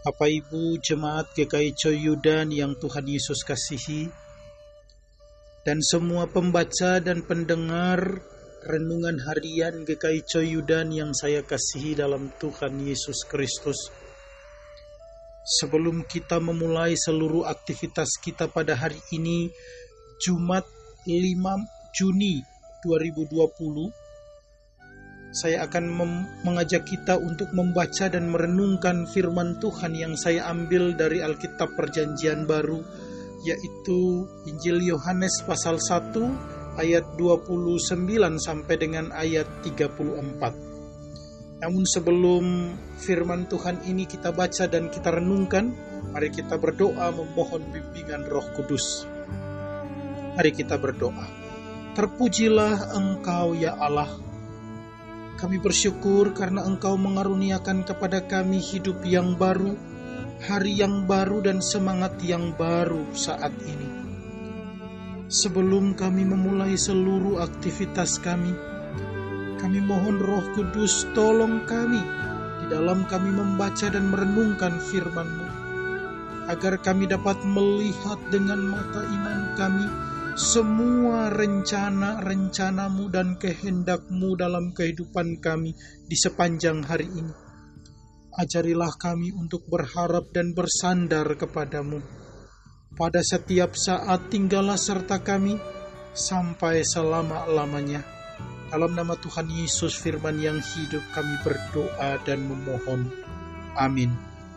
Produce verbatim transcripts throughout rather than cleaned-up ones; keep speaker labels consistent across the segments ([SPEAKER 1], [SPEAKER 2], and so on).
[SPEAKER 1] Bapak Ibu Jemaat G K I Coyudan yang Tuhan Yesus kasihi, dan semua pembaca dan pendengar renungan harian G K I Coyudan yang saya kasihi dalam Tuhan Yesus Kristus. Sebelum kita memulai seluruh aktivitas kita pada hari ini, Jumat lima Juni dua ribu dua puluh, saya akan mem- mengajak kita untuk membaca dan merenungkan firman Tuhan yang saya ambil dari Alkitab Perjanjian Baru, yaitu Injil Yohanes pasal satu ayat dua puluh sembilan sampai dengan ayat tiga puluh empat. Namun sebelum firman Tuhan ini kita baca dan kita renungkan, mari kita berdoa memohon bimbingan Roh Kudus. Mari kita berdoa. Terpujilah Engkau ya Allah. Kami bersyukur karena Engkau mengaruniakan kepada kami hidup yang baru, hari yang baru dan semangat yang baru saat ini. Sebelum kami memulai seluruh aktivitas kami, kami mohon Roh Kudus tolong kami di dalam kami membaca dan merenungkan firman-Mu, agar kami dapat melihat dengan mata iman kami semua rencana-rencana-Mu dan kehendak-Mu dalam kehidupan kami di sepanjang hari ini. Ajarilah kami untuk berharap dan bersandar kepada-Mu. Pada setiap saat tinggallah serta kami sampai selama-lamanya. Dalam nama Tuhan Yesus firman yang hidup kami berdoa dan memohon. Amin.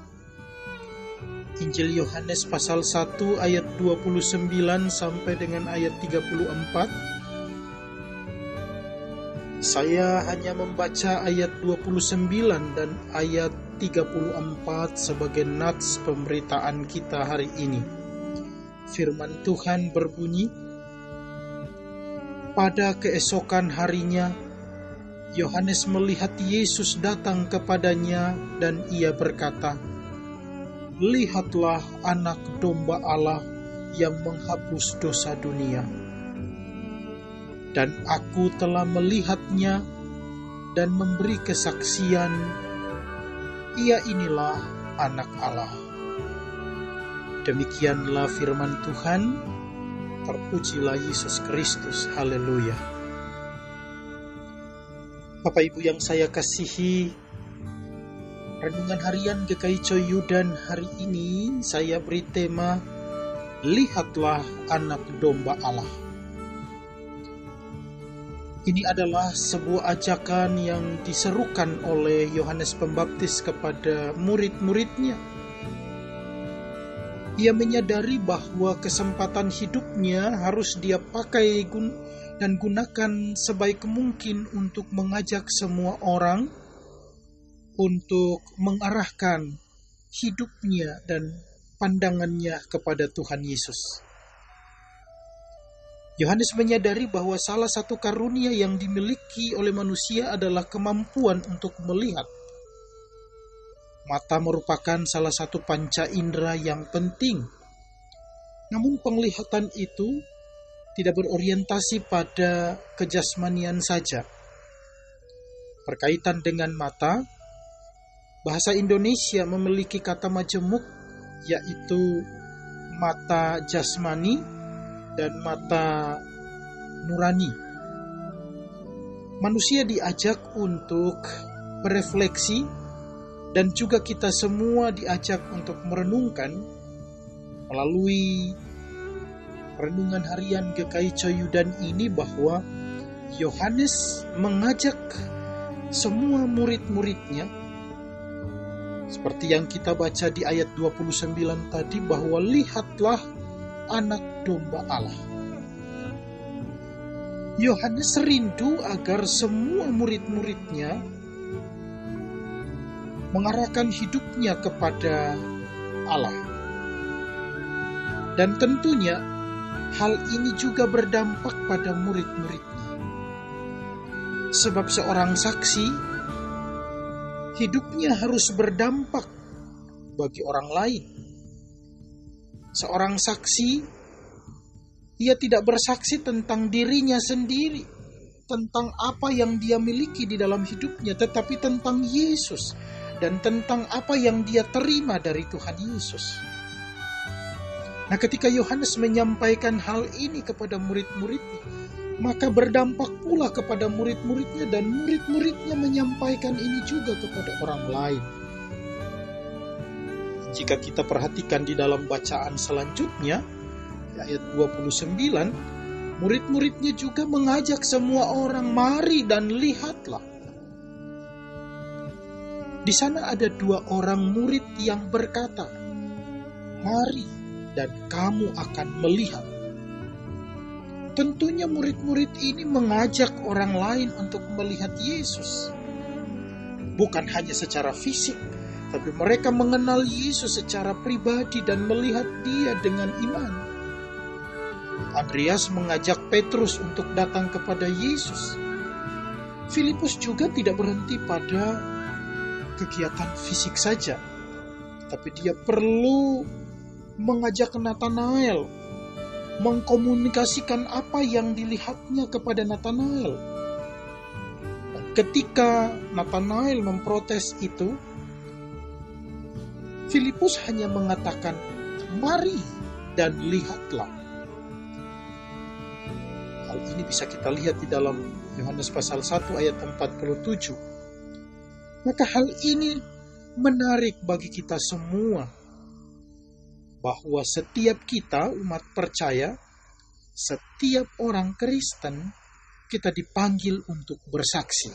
[SPEAKER 1] Injil Yohanes pasal satu ayat dua puluh sembilan sampai dengan ayat tiga puluh empat. Saya hanya membaca ayat dua puluh sembilan dan ayat tiga puluh empat sebagai nats pemberitaan kita hari ini. Firman Tuhan berbunyi, pada keesokan harinya, Yohanes melihat Yesus datang kepadanya dan ia berkata, lihatlah anak domba Allah yang menghapus dosa dunia. Dan aku telah melihatnya dan memberi kesaksian, ia inilah anak Allah. Demikianlah firman Tuhan. Terpujilah Yesus Kristus. Haleluya. Bapak Ibu yang saya kasihi, renungan harian G K I Coyudan hari ini saya beri tema, lihatlah anak domba Allah. Ini adalah sebuah ajakan yang diserukan oleh Yohanes Pembaptis kepada murid-muridnya. Ia menyadari bahwa kesempatan hidupnya harus dia pakai gun- dan gunakan sebaik mungkin untuk mengajak semua orang untuk mengarahkan hidupnya dan pandangannya kepada Tuhan Yesus. Yohanes menyadari bahwa salah satu karunia yang dimiliki oleh manusia adalah kemampuan untuk melihat. Mata merupakan salah satu panca indera yang penting. Namun penglihatan itu tidak berorientasi pada kejasmanian saja. Berkaitan dengan mata, bahasa Indonesia memiliki kata majemuk, yaitu mata jasmani dan mata nurani. Manusia diajak untuk berefleksi, dan juga kita semua diajak untuk merenungkan melalui renungan harian G K I Coyudan ini bahwa Yohanes mengajak semua murid-muridnya, seperti yang kita baca di ayat dua puluh sembilan tadi, bahwa lihatlah anak domba Allah. Yohanes rindu agar semua murid-muridnya mengarahkan hidupnya kepada Allah. Dan tentunya hal ini juga berdampak pada murid-muridnya. Sebab seorang saksi hidupnya harus berdampak bagi orang lain. Seorang saksi, ia tidak bersaksi tentang dirinya sendiri, tentang apa yang dia miliki di dalam hidupnya, tetapi tentang Yesus. dan tentang apa yang dia terima dari Tuhan Yesus. Nah, ketika Yohanes menyampaikan hal ini kepada murid-muridnya, maka berdampak pula kepada murid-muridnya dan murid-muridnya menyampaikan ini juga kepada orang lain. Jika kita perhatikan di dalam bacaan selanjutnya, ayat dua puluh sembilan, murid-muridnya juga mengajak semua orang, mari dan lihatlah. Di sana ada dua orang murid yang berkata, mari dan kamu akan melihat. Tentunya murid-murid ini mengajak orang lain untuk melihat Yesus. Bukan hanya secara fisik, tapi mereka mengenal Yesus secara pribadi dan melihat dia dengan iman. Andreas mengajak Petrus untuk datang kepada Yesus. Filipus juga tidak berhenti pada kegiatan fisik saja, tapi dia perlu mengajak Nathanael, mengkomunikasikan apa yang dilihatnya kepada Nathanael. Ketika Nathanael memprotes itu, Filipus hanya mengatakan, mari dan lihatlah. Hal ini bisa kita lihat di dalam Yohanes pasal satu ayat empat puluh tujuh. Maka hal ini menarik bagi kita semua, bahwa setiap kita umat percaya, setiap orang Kristen, kita dipanggil untuk bersaksi.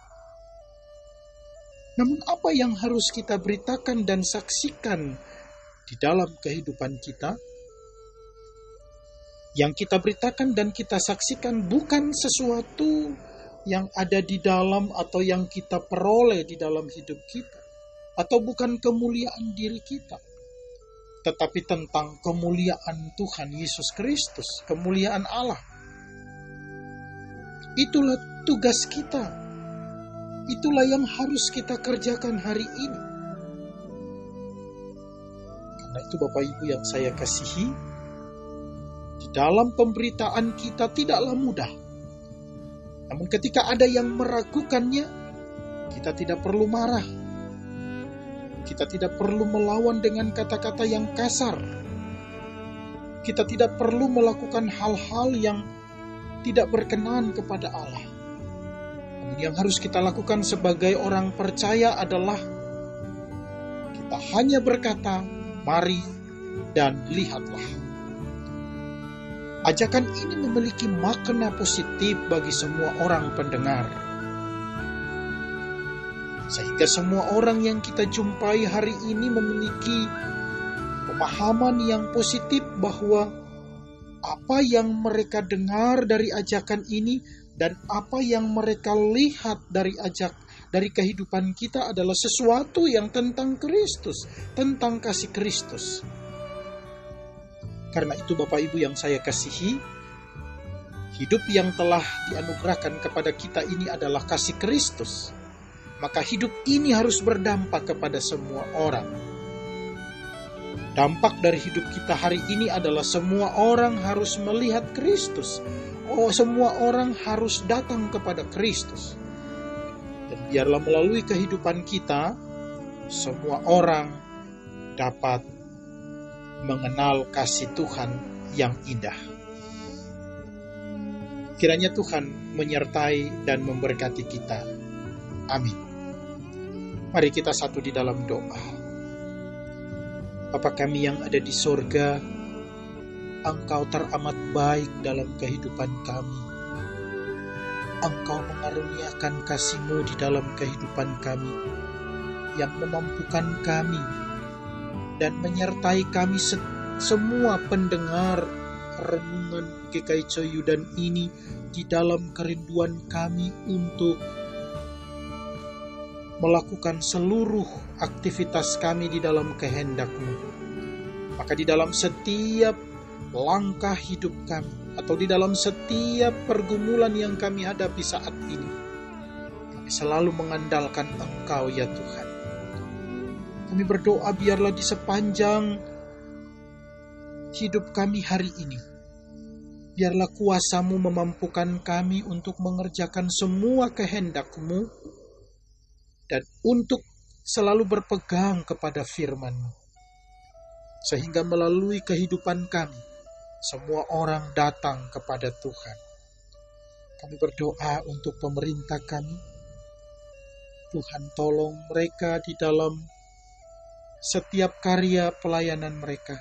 [SPEAKER 1] Namun apa yang harus kita beritakan dan saksikan di dalam kehidupan kita? Yang kita beritakan dan kita saksikan bukan sesuatu yang ada di dalam atau yang kita peroleh di dalam hidup kita, atau bukan kemuliaan diri kita, tetapi tentang kemuliaan Tuhan Yesus Kristus, kemuliaan Allah. Itulah tugas kita. Itulah yang harus kita kerjakan hari ini. Karena itu Bapak Ibu yang saya kasihi, di dalam pemberitaan kita tidaklah mudah. Namun ketika ada yang meragukannya, kita tidak perlu marah. Kita tidak perlu melawan dengan kata-kata yang kasar. Kita tidak perlu melakukan hal-hal yang tidak berkenan kepada Allah. Namun yang harus kita lakukan sebagai orang percaya adalah kita hanya berkata, mari dan lihatlah. Ajakan ini memiliki makna positif bagi semua orang pendengar. Sehingga semua orang yang kita jumpai hari ini memiliki pemahaman yang positif bahwa apa yang mereka dengar dari ajakan ini dan apa yang mereka lihat dari ajak dari kehidupan kita adalah sesuatu yang tentang Kristus, tentang kasih Kristus. Karena itu Bapak Ibu yang saya kasihi, hidup yang telah dianugerahkan kepada kita ini adalah kasih Kristus. Maka hidup ini harus berdampak kepada semua orang. Dampak dari hidup kita hari ini adalah semua orang harus melihat Kristus. Oh, semua orang harus datang kepada Kristus. Dan biarlah melalui kehidupan kita, semua orang dapat mengenal kasih Tuhan yang indah. Kiranya Tuhan menyertai dan memberkati kita. Amin. Mari kita satu di dalam doa. Bapa kami yang ada di sorga, Engkau teramat baik dalam kehidupan kami. Engkau mengaruniakan kasih-Mu di dalam kehidupan kami, yang memampukan kami dan menyertai kami se- semua pendengar renungan G K I Coyudan ini di dalam kerinduan kami untuk melakukan seluruh aktivitas kami di dalam kehendak-Mu. Maka di dalam setiap langkah hidup kami, atau di dalam setiap pergumulan yang kami hadapi saat ini, kami selalu mengandalkan Engkau ya Tuhan. Kami berdoa biarlah di sepanjang hidup kami hari ini, biarlah kuasa-Mu memampukan kami untuk mengerjakan semua kehendak-Mu, dan untuk selalu berpegang kepada firman-Mu, sehingga melalui kehidupan kami, semua orang datang kepada Tuhan. Kami berdoa untuk pemerintah kami. Tuhan tolong mereka di dalam setiap karya pelayanan mereka,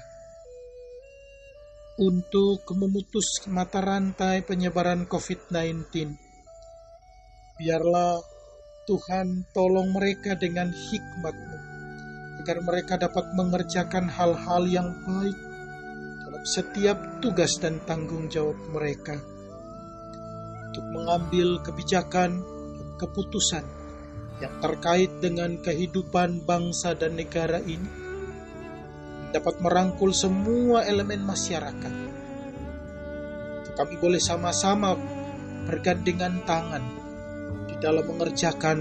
[SPEAKER 1] untuk memutus mata rantai penyebaran covid sembilan belas. Biarlah Tuhan tolong mereka dengan hikmat-Mu, agar mereka dapat mengerjakan hal-hal yang baik dalam setiap tugas dan tanggung jawab mereka, untuk mengambil kebijakan dan keputusan yang terkait dengan kehidupan bangsa dan negara ini, dapat merangkul semua elemen masyarakat. Kami boleh sama-sama bergandengan tangan di dalam mengerjakan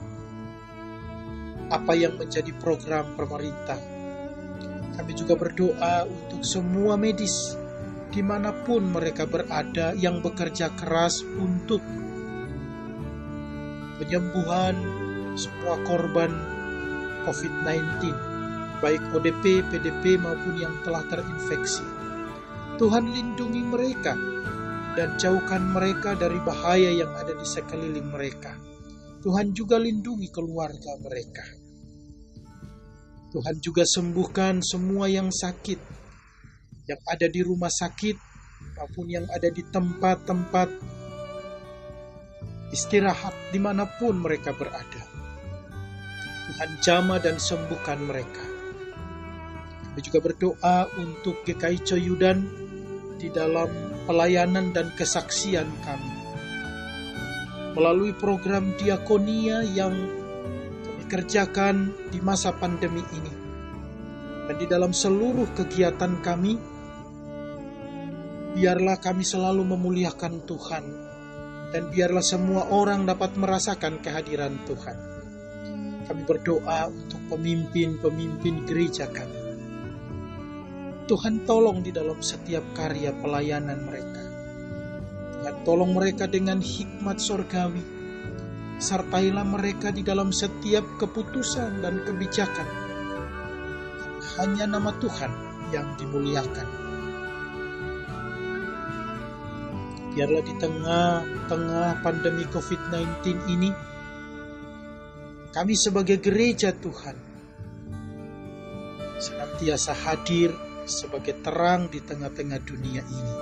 [SPEAKER 1] apa yang menjadi program pemerintah. Kami juga berdoa untuk semua medis dimanapun mereka berada yang bekerja keras untuk penyembuhan semua korban covid sembilan belas, baik O D P, P D P maupun yang telah terinfeksi. Tuhan lindungi mereka dan jauhkan mereka dari bahaya yang ada di sekeliling mereka. Tuhan juga lindungi keluarga mereka. Tuhan juga sembuhkan semua yang sakit, yang ada di rumah sakit maupun yang ada di tempat-tempat istirahat dimanapun mereka berada. Tuhan jamah dan sembuhkan mereka. Kami juga berdoa untuk G K I Coyudan di dalam pelayanan dan kesaksian kami, melalui program diakonia yang kami kerjakan di masa pandemi ini. Dan di dalam seluruh kegiatan kami, biarlah kami selalu memuliakan Tuhan, dan biarlah semua orang dapat merasakan kehadiran Tuhan. Kami berdoa untuk pemimpin-pemimpin gereja kami. Tuhan tolong di dalam setiap karya pelayanan mereka. Tuhan tolong mereka dengan hikmat sorgawi. Sertailah mereka di dalam setiap keputusan dan kebijakan. Hanya nama Tuhan yang dimuliakan. Biarlah di tengah-tengah pandemi covid sembilan belas ini, kami sebagai gereja Tuhan senantiasa hadir sebagai terang di tengah-tengah dunia ini.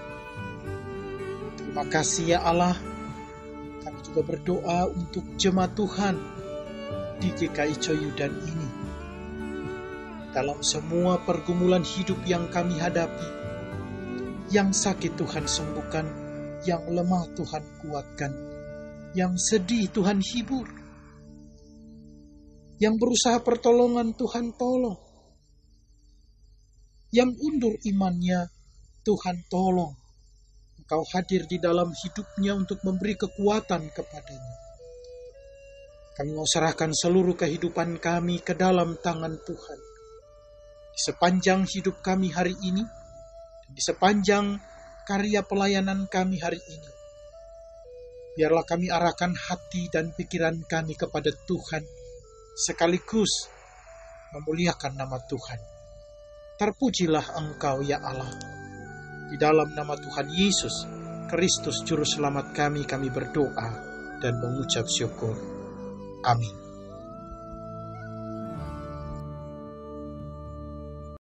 [SPEAKER 1] Terima kasih ya Allah. Kami juga berdoa untuk jemaat Tuhan di G K I Coyudan ini. Dalam semua pergumulan hidup yang kami hadapi, yang sakit Tuhan sembuhkan, yang lemah Tuhan kuatkan, yang sedih Tuhan hibur, yang berusaha pertolongan Tuhan tolong, yang undur imannya Tuhan tolong. Engkau hadir di dalam hidupnya untuk memberi kekuatan kepadanya. Kami mau serahkan seluruh kehidupan kami ke dalam tangan Tuhan. Di sepanjang hidup kami hari ini, di sepanjang karya pelayanan kami hari ini, biarlah kami arahkan hati dan pikiran kami kepada Tuhan, sekaligus memuliakan nama Tuhan. Terpujilah Engkau ya Allah. Di dalam nama Tuhan Yesus Kristus Juru Selamat kami, kami berdoa dan mengucap syukur. Amin.